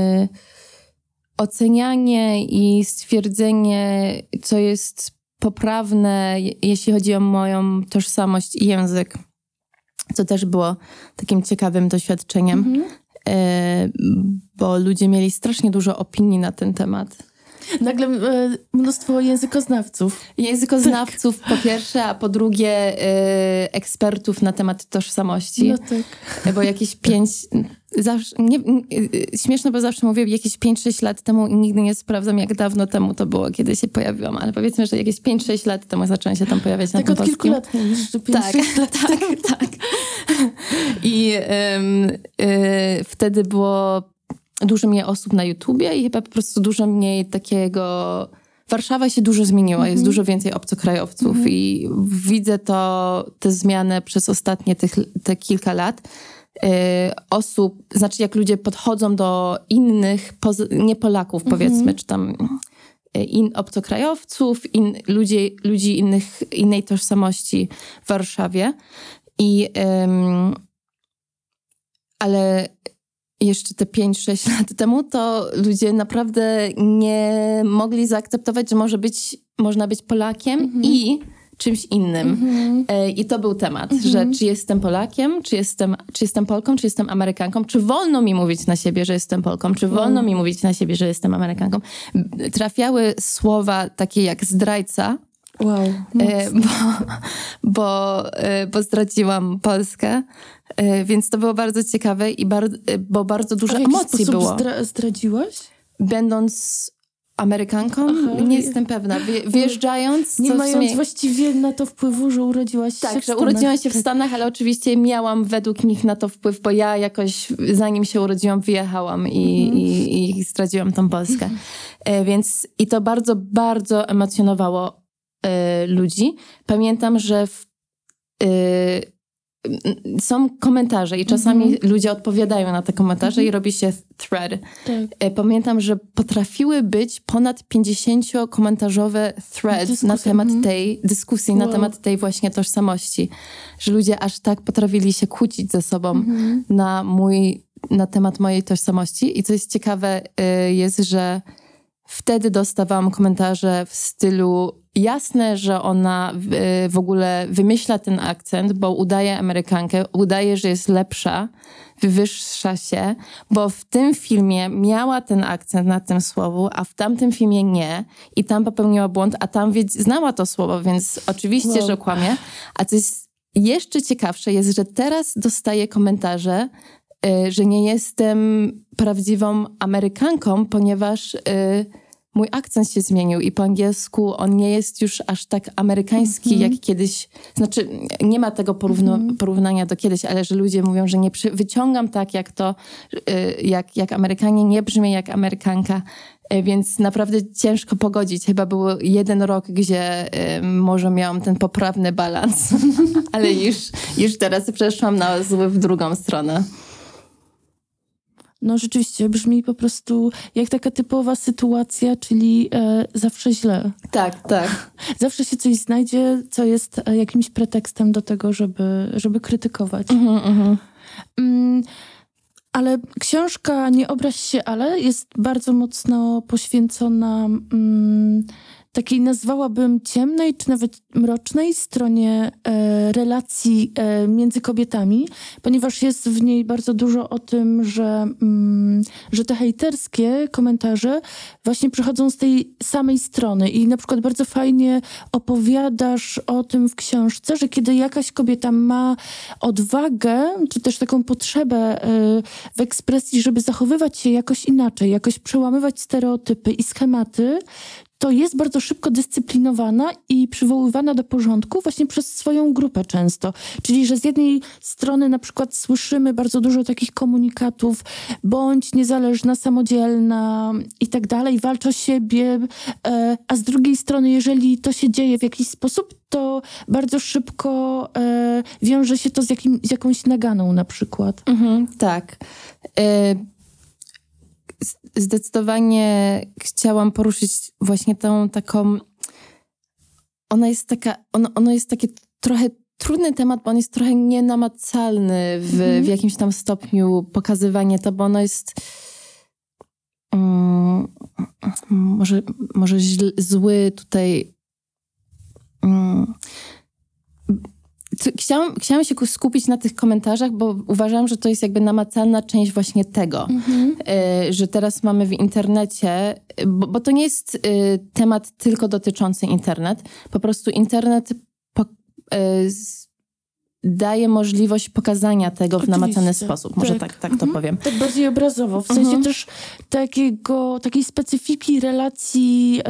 ocenianie i stwierdzenie, co jest poprawne, jeśli chodzi o moją tożsamość i język, co też było takim ciekawym doświadczeniem, bo ludzie mieli strasznie dużo opinii na ten temat. Nagle mnóstwo językoznawców. Językoznawców po pierwsze, a po drugie ekspertów na temat tożsamości. No tak. Bo jakieś 5... śmieszne, bo zawsze mówię jakieś 5-6 lat temu i nigdy nie sprawdzam, jak dawno temu to było, kiedy się pojawiłam. Ale powiedzmy, że jakieś 5-6 lat temu zaczęłam się tam pojawiać na tym polskim. Tak od kilku lat mówisz, że 5-6 lat. Tak. I wtedy było dużo mniej osób na YouTubie i chyba po prostu dużo mniej takiego... Warszawa się dużo zmieniła, jest dużo więcej obcokrajowców i widzę tę zmianę przez ostatnie te kilka lat. Osób, znaczy jak ludzie podchodzą do innych, nie Polaków powiedzmy, czy tam obcokrajowców, ludzi innej tożsamości w Warszawie. Ale jeszcze te 5-6 lat temu, to ludzie naprawdę nie mogli zaakceptować, że można być Polakiem i czymś innym. I to był temat, że czy jestem Polakiem, czy jestem Polką, czy jestem Amerykanką, czy wolno mi mówić na siebie, że jestem Polką, czy wolno mi mówić na siebie, że jestem Amerykanką. Trafiały słowa takie jak zdrajca, bo zdradziłam Polskę. Więc to było bardzo ciekawe bo bardzo dużo emocji było. Zdradziłaś? Będąc Amerykanką? Nie jestem pewna. Wjeżdżając... Nie mając właściwie na to wpływu, że urodziłaś się w Stanach. Tak, że urodziłam się w Stanach, ale oczywiście miałam według nich na to wpływ, bo ja jakoś zanim się urodziłam, wyjechałam i zdradziłam tą Polskę. Więc i to bardzo, bardzo emocjonowało ludzi. Pamiętam, że są komentarze i czasami ludzie odpowiadają na te komentarze i robi się thread. Tak. Pamiętam, że potrafiły być ponad 50-komentarzowe threads na temat tej dyskusji, na temat tej właśnie tożsamości. Że ludzie aż tak potrafili się kłócić ze sobą na temat mojej tożsamości. I co jest ciekawe jest, że wtedy dostawałam komentarze w stylu jasne, że ona w ogóle wymyśla ten akcent, bo udaje Amerykankę, udaje, że jest lepsza, wywyższa się, bo w tym filmie miała ten akcent na tym słowu, a w tamtym filmie nie. I tam popełniła błąd, a tam znała to słowo, więc oczywiście, że kłamie. A co jest jeszcze ciekawsze jest, że teraz dostaję komentarze, że nie jestem prawdziwą Amerykanką, ponieważ mój akcent się zmienił i po angielsku on nie jest już aż tak amerykański jak kiedyś. Znaczy, nie ma tego porównania do kiedyś, ale że ludzie mówią, że nie wyciągam tak jak to, jak Amerykanie, nie brzmię jak Amerykanka. Więc naprawdę ciężko pogodzić. Chyba był 1 rok, gdzie może miałam ten poprawny balans, ale już teraz przeszłam na zły w drugą stronę. No rzeczywiście, brzmi po prostu jak taka typowa sytuacja, czyli zawsze źle. Tak, tak. Zawsze się coś znajdzie, co jest jakimś pretekstem do tego, żeby krytykować. Ale książka Nie obraź się, ale jest bardzo mocno poświęcona takiej, nazwałabym, ciemnej, czy nawet mrocznej stronie relacji między kobietami, ponieważ jest w niej bardzo dużo o tym, że te hejterskie komentarze właśnie przychodzą z tej samej strony i na przykład bardzo fajnie opowiadasz o tym w książce, że kiedy jakaś kobieta ma odwagę, czy też taką potrzebę w ekspresji, żeby zachowywać się jakoś inaczej, jakoś przełamywać stereotypy i schematy, to jest bardzo szybko dyscyplinowana i przywoływana do porządku właśnie przez swoją grupę często. Czyli, że z jednej strony na przykład słyszymy bardzo dużo takich komunikatów, bądź niezależna, samodzielna i tak dalej, walcz o siebie, a z drugiej strony, jeżeli to się dzieje w jakiś sposób, to bardzo szybko wiąże się to z jakąś naganą na przykład. Tak. Zdecydowanie chciałam poruszyć właśnie tą taką... Ono jest taki trochę trudny temat, bo on jest trochę nienamacalny w jakimś tam stopniu pokazywanie to, bo ono jest może zły tutaj... Chciałam się skupić na tych komentarzach, bo uważam, że to jest jakby namacalna część właśnie tego, że teraz mamy w internecie, bo to nie jest temat tylko dotyczący internet. Po prostu internet daje możliwość pokazania tego w namacalny sposób. Może tak to powiem. Tak bardziej obrazowo, w sensie też takiej specyfiki relacji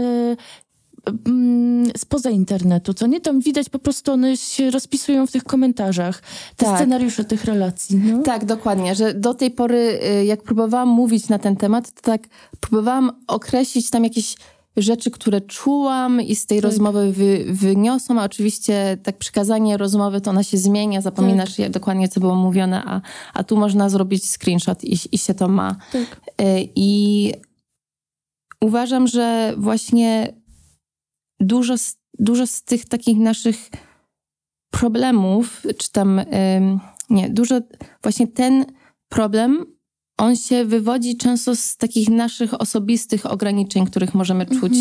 spoza internetu, co nie? Tam widać po prostu, one się rozpisują w tych komentarzach, te scenariusze tych relacji. No? Tak, dokładnie, że do tej pory, jak próbowałam mówić na ten temat, to tak próbowałam określić tam jakieś rzeczy, które czułam i z tej rozmowy wyniosłam, a oczywiście tak przekazanie rozmowy, to ona się zmienia, zapominasz dokładnie, co było mówione, a tu można zrobić screenshot i się to ma. Tak. I uważam, że właśnie dużo z tych takich naszych problemów, czy tam, właśnie ten problem, on się wywodzi często z takich naszych osobistych ograniczeń, których możemy czuć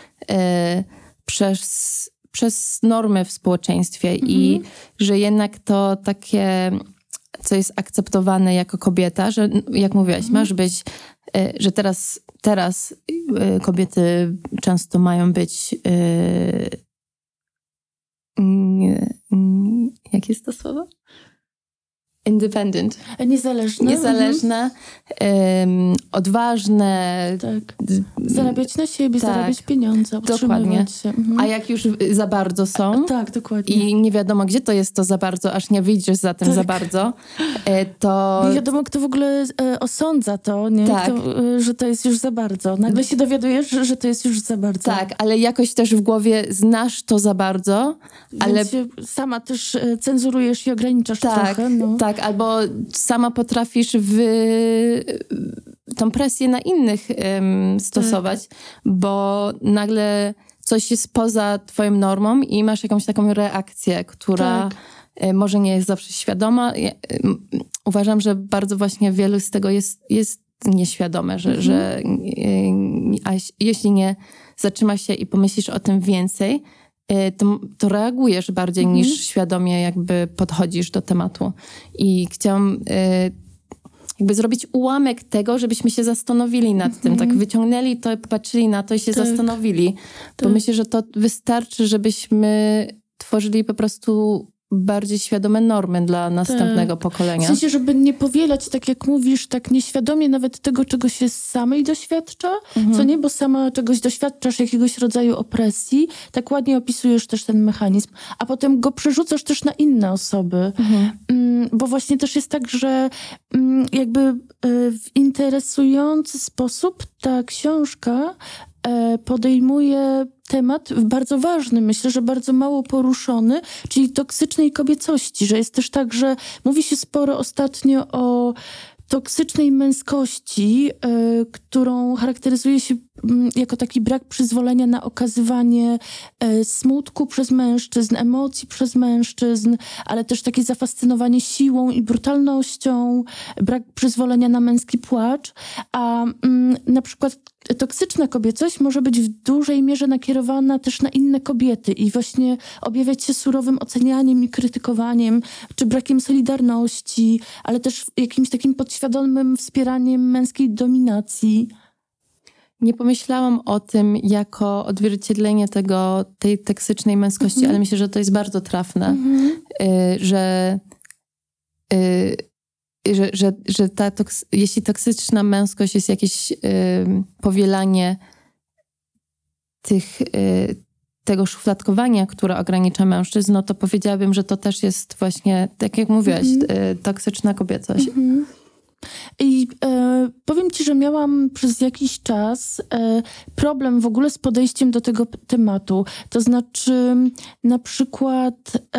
przez normy w społeczeństwie i że jednak to takie, co jest akceptowane jako kobieta, że jak mówiłaś, masz być, że teraz kobiety często mają być jak jest to słowo? independent. Niezależne. Odważne. Tak. Zarabiać na siebie, Tak. zarabiać pieniądze, Dokładnie. utrzymywać się. A jak już za bardzo są Tak, dokładnie. i nie wiadomo, gdzie to jest to za bardzo, aż nie wyjdziesz za tym za bardzo, to... Nie wiadomo, kto w ogóle osądza to, nie? Tak. Że to jest już za bardzo. Nagle się dowiadujesz, że to jest już za bardzo. Tak, ale jakoś też w głowie znasz to za bardzo, ale... Więc się sama też cenzurujesz i ograniczasz trochę. No. Tak, albo sama potrafisz tą presję na innych stosować, bo nagle coś jest poza twoją normą i masz jakąś taką reakcję, która może nie jest zawsze świadoma. Uważam, że bardzo właśnie wielu z tego jest nieświadome, że a jeśli nie zatrzymasz się i pomyślisz o tym więcej, to reagujesz bardziej niż świadomie jakby podchodzisz do tematu. I chciałam jakby zrobić ułamek tego, żebyśmy się zastanowili nad tym. Tak wyciągnęli to, popatrzyli na to i się zastanowili. Bo myślę, że to wystarczy, żebyśmy tworzyli po prostu bardziej świadome normy dla następnego pokolenia. W sensie, żeby nie powielać, tak jak mówisz, tak nieświadomie nawet tego, czego się samej doświadcza, co nie, bo sama czegoś doświadczasz, jakiegoś rodzaju opresji, tak ładnie opisujesz też ten mechanizm, a potem go przerzucasz też na inne osoby. Bo właśnie też jest tak, że jakby w interesujący sposób ta książka podejmuje temat bardzo ważny, myślę, że bardzo mało poruszony, czyli toksycznej kobiecości, że jest też tak, że mówi się sporo ostatnio o toksycznej męskości, którą charakteryzuje się jako taki brak przyzwolenia na okazywanie smutku przez mężczyzn, emocji przez mężczyzn, ale też takie zafascynowanie siłą i brutalnością, brak przyzwolenia na męski płacz, a na przykład toksyczna kobiecość może być w dużej mierze nakierowana też na inne kobiety i właśnie objawiać się surowym ocenianiem i krytykowaniem, czy brakiem solidarności, ale też jakimś takim podświadomym wspieraniem męskiej dominacji. Nie pomyślałam o tym jako odzwierciedlenie tej toksycznej męskości, ale myślę, że to jest bardzo trafne, że jeśli toksyczna męskość jest jakieś powielanie tego szufladkowania, które ogranicza mężczyzn, no to powiedziałabym, że to też jest właśnie, tak jak mówiłaś, toksyczna kobiecość. I powiem ci, że miałam przez jakiś czas problem w ogóle z podejściem do tego tematu. To znaczy na przykład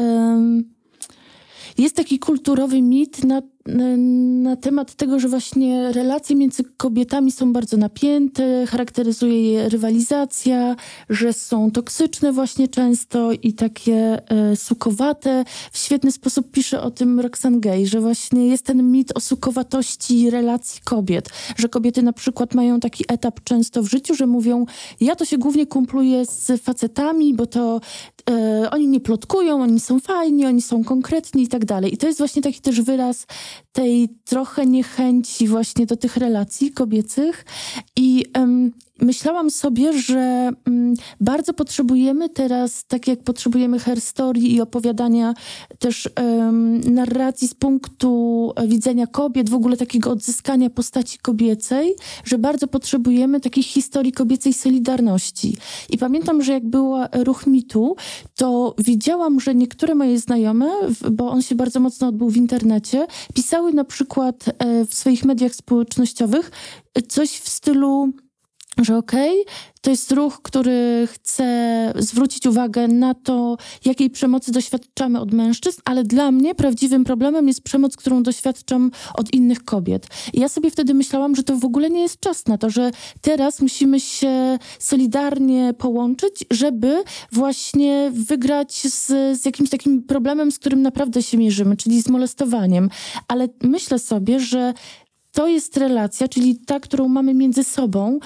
jest taki kulturowy mit na temat tego, że właśnie relacje między kobietami są bardzo napięte, charakteryzuje je rywalizacja, że są toksyczne właśnie często i takie sukowate. W świetny sposób pisze o tym Roxane Gay, że właśnie jest ten mit o sukowatości relacji kobiet, że kobiety na przykład mają taki etap często w życiu, że mówią, ja to się głównie kumpluję z facetami, bo to oni nie plotkują, oni są fajni, oni są konkretni i tak dalej. I to jest właśnie taki też wyraz tej trochę niechęci właśnie do tych relacji kobiecych i myślałam sobie, że bardzo potrzebujemy teraz, tak jak potrzebujemy herstorii i opowiadania też narracji z punktu widzenia kobiet, w ogóle takiego odzyskania postaci kobiecej, że bardzo potrzebujemy takiej historii kobiecej solidarności. I pamiętam, że jak był ruch mitu, to widziałam, że niektóre moje znajome, bo on się bardzo mocno odbył w internecie, pisały na przykład w swoich mediach społecznościowych coś w stylu, że to jest ruch, który chce zwrócić uwagę na to, jakiej przemocy doświadczamy od mężczyzn, ale dla mnie prawdziwym problemem jest przemoc, którą doświadczam od innych kobiet. I ja sobie wtedy myślałam, że to w ogóle nie jest czas na to, że teraz musimy się solidarnie połączyć, żeby właśnie wygrać z jakimś takim problemem, z którym naprawdę się mierzymy, czyli z molestowaniem. Ale myślę sobie, że to jest relacja, czyli ta, którą mamy między sobą,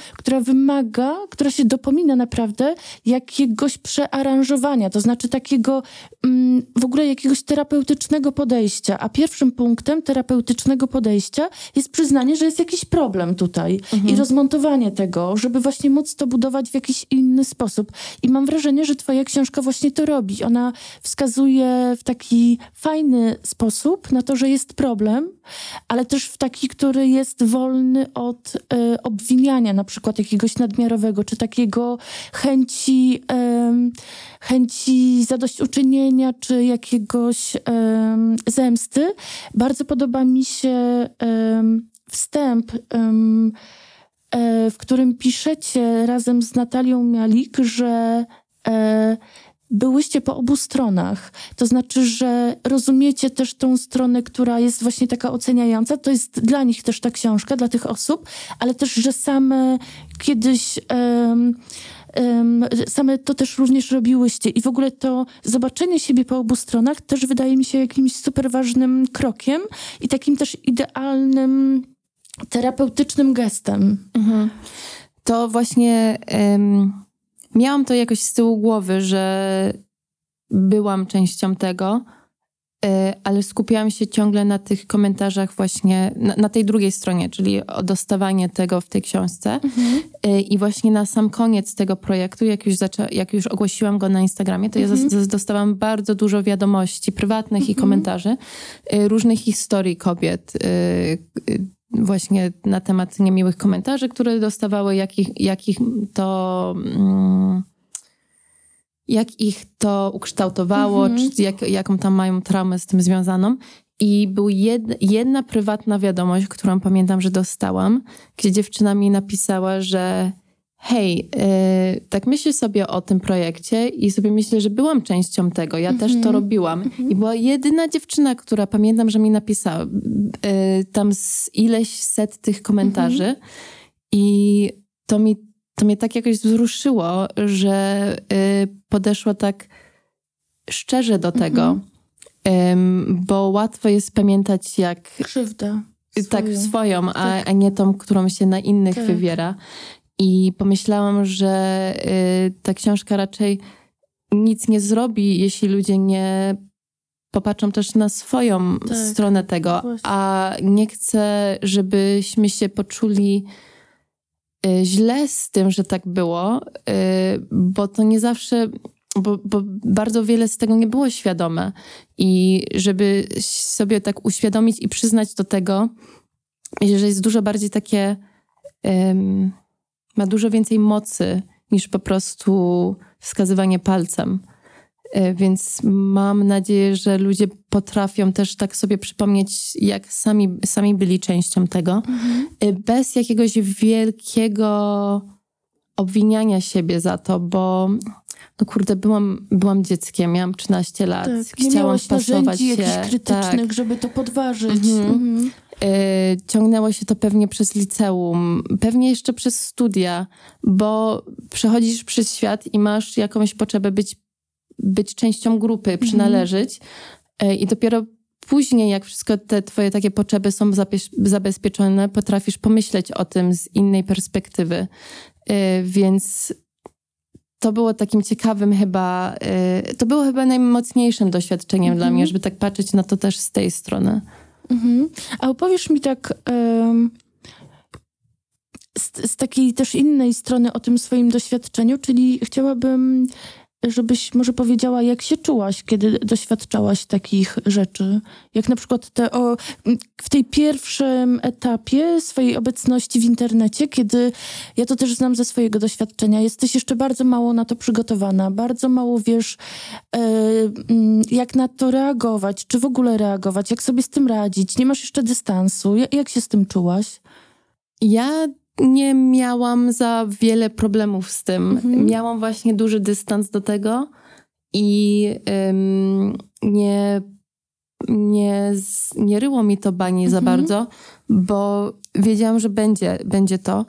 która się dopomina naprawdę jakiegoś przearanżowania, to znaczy takiego w ogóle jakiegoś terapeutycznego podejścia. A pierwszym punktem terapeutycznego podejścia jest przyznanie, że jest jakiś problem tutaj i rozmontowanie tego, żeby właśnie móc to budować w jakiś inny sposób. I mam wrażenie, że twoja książka właśnie to robi. Ona wskazuje w taki fajny sposób na to, że jest problem, ale też w taki, który jest wolny od obwiniania na przykład jakiegoś nadmiarowego, czy takiego chęci zadośćuczynienia, czy jakiegoś zemsty. Bardzo podoba mi się wstęp, w którym piszecie razem z Natalią Mialik, że byłyście po obu stronach. To znaczy, że rozumiecie też tą stronę, która jest właśnie taka oceniająca. To jest dla nich też ta książka, dla tych osób, ale też, że same kiedyś same to też również robiłyście. I w ogóle to zobaczenie siebie po obu stronach też wydaje mi się jakimś super ważnym krokiem i takim też idealnym terapeutycznym gestem. To właśnie miałam to jakoś z tyłu głowy, że byłam częścią tego, ale skupiałam się ciągle na tych komentarzach właśnie, na tej drugiej stronie, czyli o dostawanie tego w tej książce. I właśnie na sam koniec tego projektu, jak już ogłosiłam go na Instagramie, to ja dostałam bardzo dużo wiadomości prywatnych i komentarzy różnych historii kobiet, właśnie na temat niemiłych komentarzy, które dostawały, jak ich to ukształtowało, czy jaką tam mają traumę z tym związaną. I była jedna prywatna wiadomość, którą pamiętam, że dostałam, gdzie dziewczyna mi napisała, że hej, tak myślę sobie o tym projekcie i sobie myślę, że byłam częścią tego. Ja też to robiła. I była jedyna dziewczyna, która pamiętam, że mi napisała tam z ileś set tych komentarzy. I to mnie tak jakoś wzruszyło, że podeszła tak szczerze do tego. Bo łatwo jest pamiętać jak... Krzywdę. Tak, swoją, a nie tą, którą się na innych wywiera. I pomyślałam, że ta książka raczej nic nie zrobi, jeśli ludzie nie popatrzą też na swoją stronę tego. Właśnie. A nie chcę, żebyśmy się poczuli źle z tym, że tak było, bo to nie zawsze... Bo bardzo wiele z tego nie było świadome. I żeby sobie tak uświadomić i przyznać do tego, że jest dużo bardziej takie... ma dużo więcej mocy niż po prostu wskazywanie palcem. Więc mam nadzieję, że ludzie potrafią też tak sobie przypomnieć, jak sami byli częścią tego. Bez jakiegoś wielkiego obwiniania siebie za to, bo no kurde, byłam dzieckiem, miałam 13 lat. Tak, chciałam pasować się. Jakichś krytycznych, żeby to podważyć. Ciągnęło się to pewnie przez liceum, pewnie jeszcze przez studia, bo przechodzisz przez świat i masz jakąś potrzebę być częścią grupy, przynależeć. I dopiero później, jak wszystko te twoje takie potrzeby są zabezpieczone, potrafisz pomyśleć o tym z innej perspektywy. Więc to było takim ciekawym chyba, to było chyba najmocniejszym doświadczeniem dla mnie, żeby tak patrzeć na to też z tej strony. A opowiesz mi tak z takiej też innej strony o tym swoim doświadczeniu, czyli chciałabym, żebyś może powiedziała, jak się czułaś, kiedy doświadczałaś takich rzeczy. Jak na przykład w tej pierwszym etapie swojej obecności w internecie, kiedy, ja to też znam ze swojego doświadczenia, jesteś jeszcze bardzo mało na to przygotowana, bardzo mało wiesz, jak na to reagować, czy w ogóle reagować, jak sobie z tym radzić, nie masz jeszcze dystansu. Jak się z tym czułaś? Ja nie miałam za wiele problemów z tym. Miałam właśnie duży dystans do tego i nie ryło mi to bani za bardzo, bo wiedziałam, że będzie to.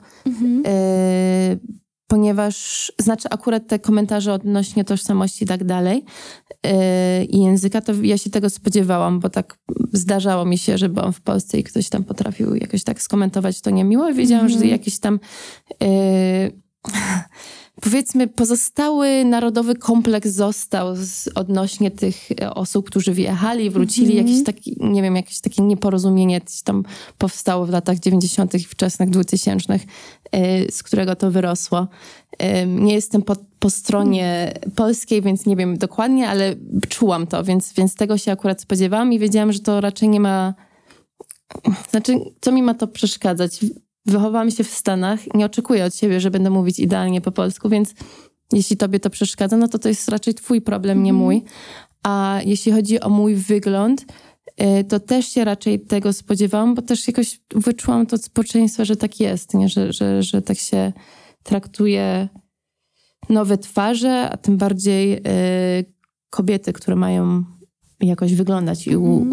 Ponieważ, akurat te komentarze odnośnie tożsamości i tak dalej i języka, to ja się tego spodziewałam, bo tak zdarzało mi się, że byłam w Polsce i ktoś tam potrafił jakoś tak skomentować to niemiło i wiedziałam, że jakiś tam powiedzmy pozostały narodowy kompleks został odnośnie tych osób, którzy wyjechali, wrócili. Jakieś taki, nie wiem, jakieś takie nieporozumienie tam powstało w latach 90. i wczesnych 2000, z którego to wyrosło. Nie jestem po stronie polskiej, więc nie wiem dokładnie, ale czułam to, więc tego się akurat spodziewałam i wiedziałam, że to raczej nie ma... Znaczy, co mi ma to przeszkadzać? Wychowałam się w Stanach, nie oczekuję od siebie, że będę mówić idealnie po polsku, więc jeśli tobie to przeszkadza, no to jest raczej twój problem, nie mój. A jeśli chodzi o mój wygląd, to też się raczej tego spodziewałam, bo też jakoś wyczułam to społeczeństwo, że tak jest, nie? Że tak się traktuje nowe twarze, a tym bardziej kobiety, które mają jakoś wyglądać.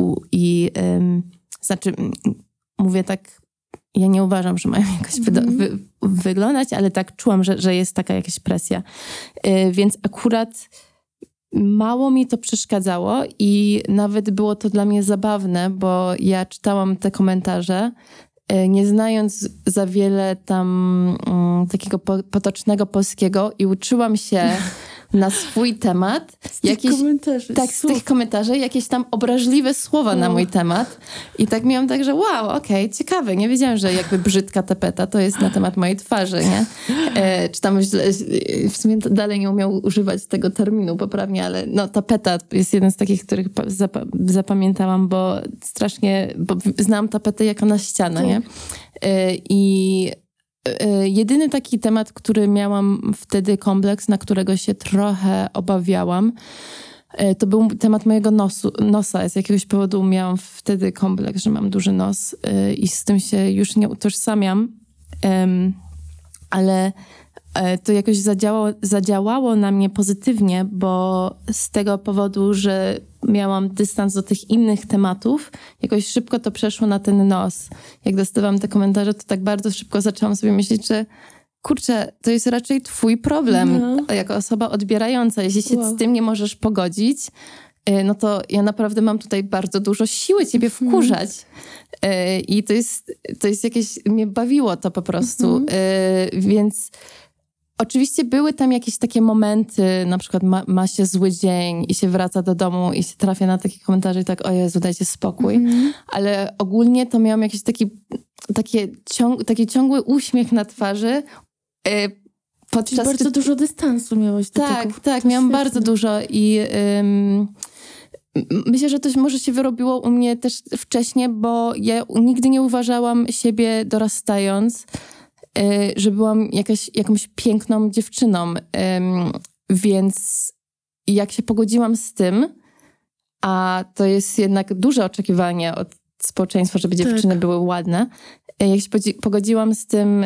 Znaczy, mówię tak, ja nie uważam, że mają jakoś wyglądać, ale tak czułam, że jest taka jakaś presja. Więc akurat mało mi to przeszkadzało i nawet było to dla mnie zabawne, bo ja czytałam te komentarze, nie znając za wiele tam takiego potocznego polskiego i uczyłam się na swój temat. Z tych komentarzy. Tak, z tych komentarzy jakieś tam obraźliwe słowa na mój temat. I tak miałam tak, że wow, okej, ciekawe. Nie wiedziałam, że jakby brzydka tapeta to jest na temat mojej twarzy, nie? Czy tam w sumie dalej nie umiał używać tego terminu poprawnie, ale no tapeta jest jeden z takich, których zapamiętałam, bo strasznie, bo znałam tapetę jako na ścianę, nie? I jedyny taki temat, który miałam wtedy kompleks, na którego się trochę obawiałam, to był temat mojego nosa. Z jakiegoś powodu miałam wtedy kompleks, że mam duży nos i z tym się już nie utożsamiam, ale to jakoś zadziałało na mnie pozytywnie, bo z tego powodu, że miałam dystans do tych innych tematów, jakoś szybko to przeszło na ten nos. Jak dostawałam te komentarze, to tak bardzo szybko zaczęłam sobie myśleć, że kurczę, to jest raczej twój problem jako osoba odbierająca. Jeśli się z tym nie możesz pogodzić, no to ja naprawdę mam tutaj bardzo dużo siły ciebie wkurzać. I to jest jakieś... Mnie bawiło to po prostu. Więc... Oczywiście były tam jakieś takie momenty, na przykład ma się zły dzień i się wraca do domu i się trafia na takie komentarze i tak, o Jezu, dajcie spokój. Ale ogólnie to miałam jakiś taki ciągły uśmiech na twarzy. Czyli bardzo dużo dystansu miałaś do tego. Tak, miałam bardzo dużo i myślę, że to może się wyrobiło u mnie też wcześniej, bo ja nigdy nie uważałam siebie dorastając, że byłam jakąś piękną dziewczyną. Więc jak się pogodziłam z tym, a to jest jednak duże oczekiwanie od społeczeństwa, żeby dziewczyny były ładne, jak się pogodziłam z tym,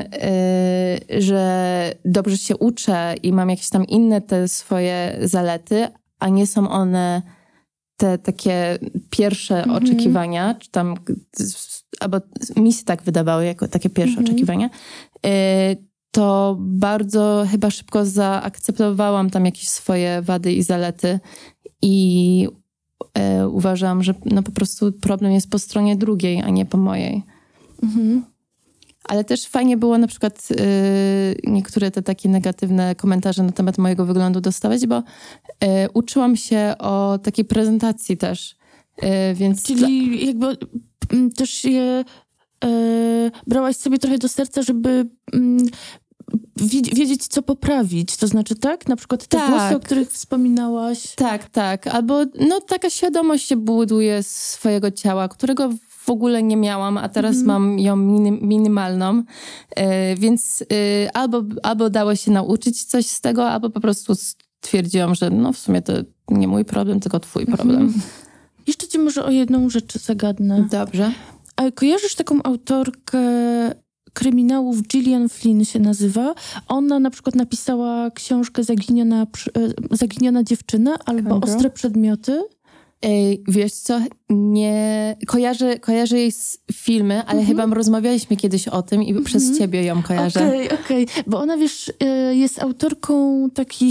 że dobrze się uczę i mam jakieś tam inne te swoje zalety, a nie są one te takie pierwsze oczekiwania, czy tam, albo mi się tak wydawały jako takie pierwsze oczekiwania, to bardzo chyba szybko zaakceptowałam tam jakieś swoje wady i zalety i uważam, że no po prostu problem jest po stronie drugiej, a nie po mojej. Ale też fajnie było na przykład niektóre te takie negatywne komentarze na temat mojego wyglądu dostawać, bo uczyłam się o takiej prezentacji też. Więc czyli jakby też je brałaś sobie trochę do serca, żeby wiedzieć, co poprawić. To znaczy, tak? Na przykład te włosy, o których wspominałaś. Tak. Albo no taka świadomość się buduje swojego ciała, którego w ogóle nie miałam, a teraz mam ją minimalną. Więc albo dało się nauczyć coś z tego, albo po prostu stwierdziłam, że no w sumie to nie mój problem, tylko twój problem. Jeszcze cię może o jedną rzecz zagadnę. Dobrze. A kojarzysz taką autorkę kryminałów, Gillian Flynn się nazywa. Ona na przykład napisała książkę Zaginiona dziewczyna albo Ostre przedmioty. Wiesz co, nie kojarzę jej filmy, ale chyba rozmawialiśmy kiedyś o tym i przez ciebie ją kojarzę. Okej. Bo ona, wiesz, jest autorką takich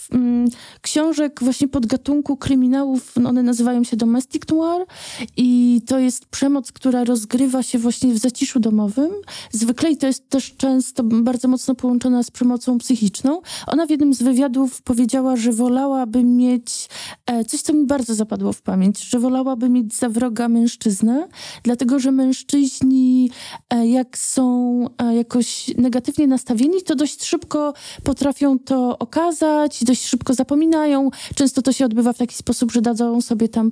książek właśnie podgatunku kryminałów, one nazywają się domestic noir i to jest przemoc, która rozgrywa się właśnie w zaciszu domowym. Zwykle i to jest też często bardzo mocno połączona z przemocą psychiczną. Ona w jednym z wywiadów powiedziała, że wolałaby mieć coś, co mi bardzo zapadło w pamięć, że wolałaby mieć za wroga mężczyznę, dlatego że mężczyźni jak są jakoś negatywnie nastawieni, to dość szybko potrafią to okazać, dość szybko zapominają. Często to się odbywa w taki sposób, że dadzą sobie tam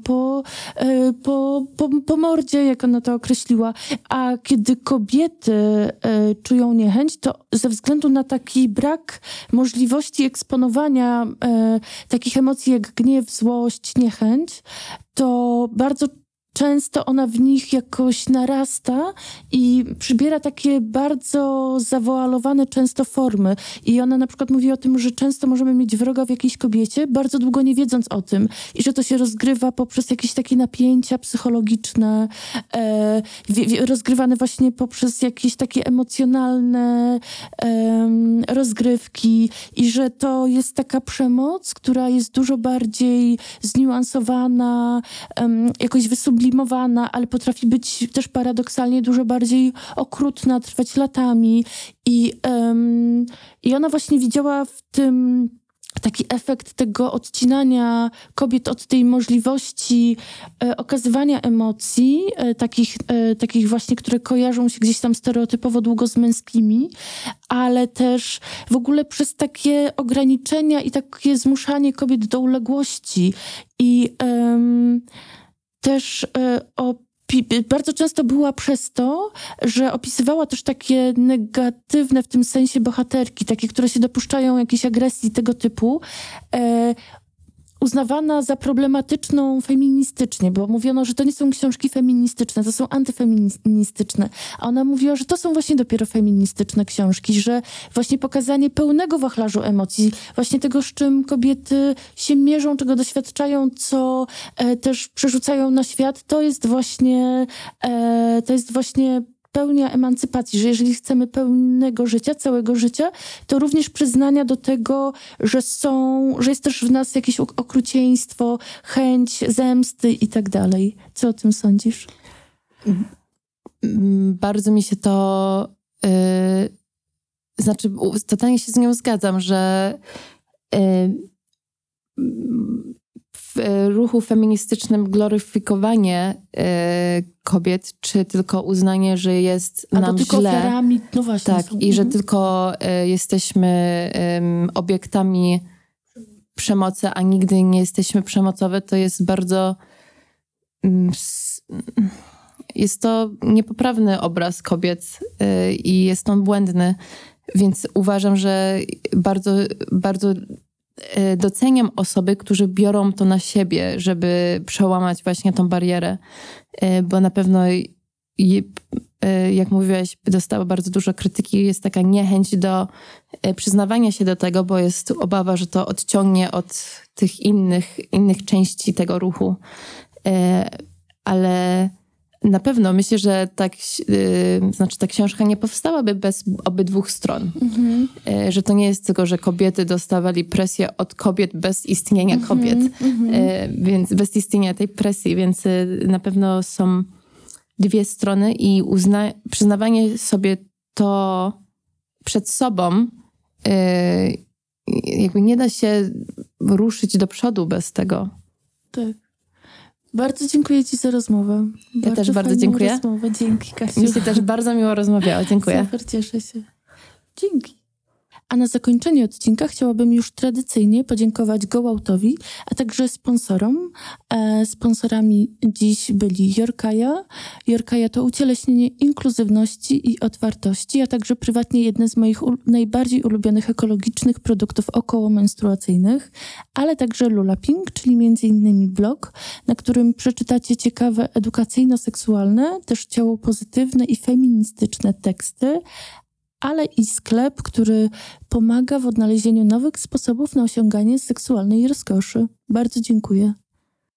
po mordzie, jak ona to określiła. A kiedy kobiety czują niechęć, to ze względu na taki brak możliwości eksponowania takich emocji jak gniew, złość, niechęć, to bardzo często ona w nich jakoś narasta i przybiera takie bardzo zawoalowane często formy. I ona na przykład mówi o tym, że często możemy mieć wroga w jakiejś kobiecie, bardzo długo nie wiedząc o tym. I że to się rozgrywa poprzez jakieś takie napięcia psychologiczne, rozgrywane właśnie poprzez jakieś takie emocjonalne rozgrywki. I że to jest taka przemoc, która jest dużo bardziej zniuansowana, jakoś wysublimowana, ale potrafi być też paradoksalnie dużo bardziej okrutna, trwać latami. I ona właśnie widziała w tym taki efekt tego odcinania kobiet od tej możliwości okazywania emocji, takich właśnie, które kojarzą się gdzieś tam stereotypowo długo z męskimi, ale też w ogóle przez takie ograniczenia i takie zmuszanie kobiet do uległości. I też bardzo często była przez to, że opisywała też takie negatywne w tym sensie bohaterki, takie, które się dopuszczają jakiejś agresji tego typu, uznawana za problematyczną feministycznie, bo mówiono, że to nie są książki feministyczne, to są antyfeministyczne. A ona mówiła, że to są właśnie dopiero feministyczne książki, że właśnie pokazanie pełnego wachlarzu emocji, właśnie tego, z czym kobiety się mierzą, czego doświadczają, co też przerzucają na świat, to jest właśnie pełnia emancypacji, że jeżeli chcemy pełnego życia, całego życia, to również przyznania do tego, że jest też w nas jakieś okrucieństwo, chęć zemsty i tak dalej. Co o tym sądzisz? Bardzo mi się to... totalnie się z nią zgadzam, że w ruchu feministycznym gloryfikowanie kobiet, czy tylko uznanie, że jest nam tylko źle. Ofiarami, no właśnie. Tak, i że tylko jesteśmy obiektami przemocy, a nigdy nie jesteśmy przemocowe, to jest bardzo... Jest to niepoprawny obraz kobiet i jest on błędny, więc uważam, że bardzo, bardzo doceniam osoby, którzy biorą to na siebie, żeby przełamać właśnie tą barierę, bo na pewno, jak mówiłaś, dostała bardzo dużo krytyki, jest taka niechęć do przyznawania się do tego, bo jest obawa, że to odciągnie od tych innych części tego ruchu. Ale na pewno myślę, że ta książka nie powstałaby bez obydwu stron. Mm-hmm. Że to nie jest tylko, że kobiety dostawali presję od kobiet bez istnienia kobiet. Więc bez istnienia tej presji. Więc na pewno są dwie strony i przyznawanie sobie to przed sobą jakby nie da się ruszyć do przodu bez tego. Tak. Bardzo dziękuję ci za rozmowę. Ja też bardzo dziękuję. Rozmowę. Dzięki, Kasiu. Mi się też bardzo miło rozmawiało. Dziękuję. Super, cieszę się. Dzięki. A na zakończenie odcinka chciałabym już tradycyjnie podziękować GoOutowi, a także sponsorom. Sponsorami dziś byli Yorkaja. Yorkaja to ucieleśnienie inkluzywności i otwartości, a także prywatnie jedne z moich najbardziej ulubionych ekologicznych produktów okołomenstruacyjnych, ale także Lulapink, czyli m.in. blog, na którym przeczytacie ciekawe edukacyjno-seksualne, też ciało pozytywne i feministyczne teksty, ale i sklep, który pomaga w odnalezieniu nowych sposobów na osiąganie seksualnej rozkoszy. Bardzo dziękuję.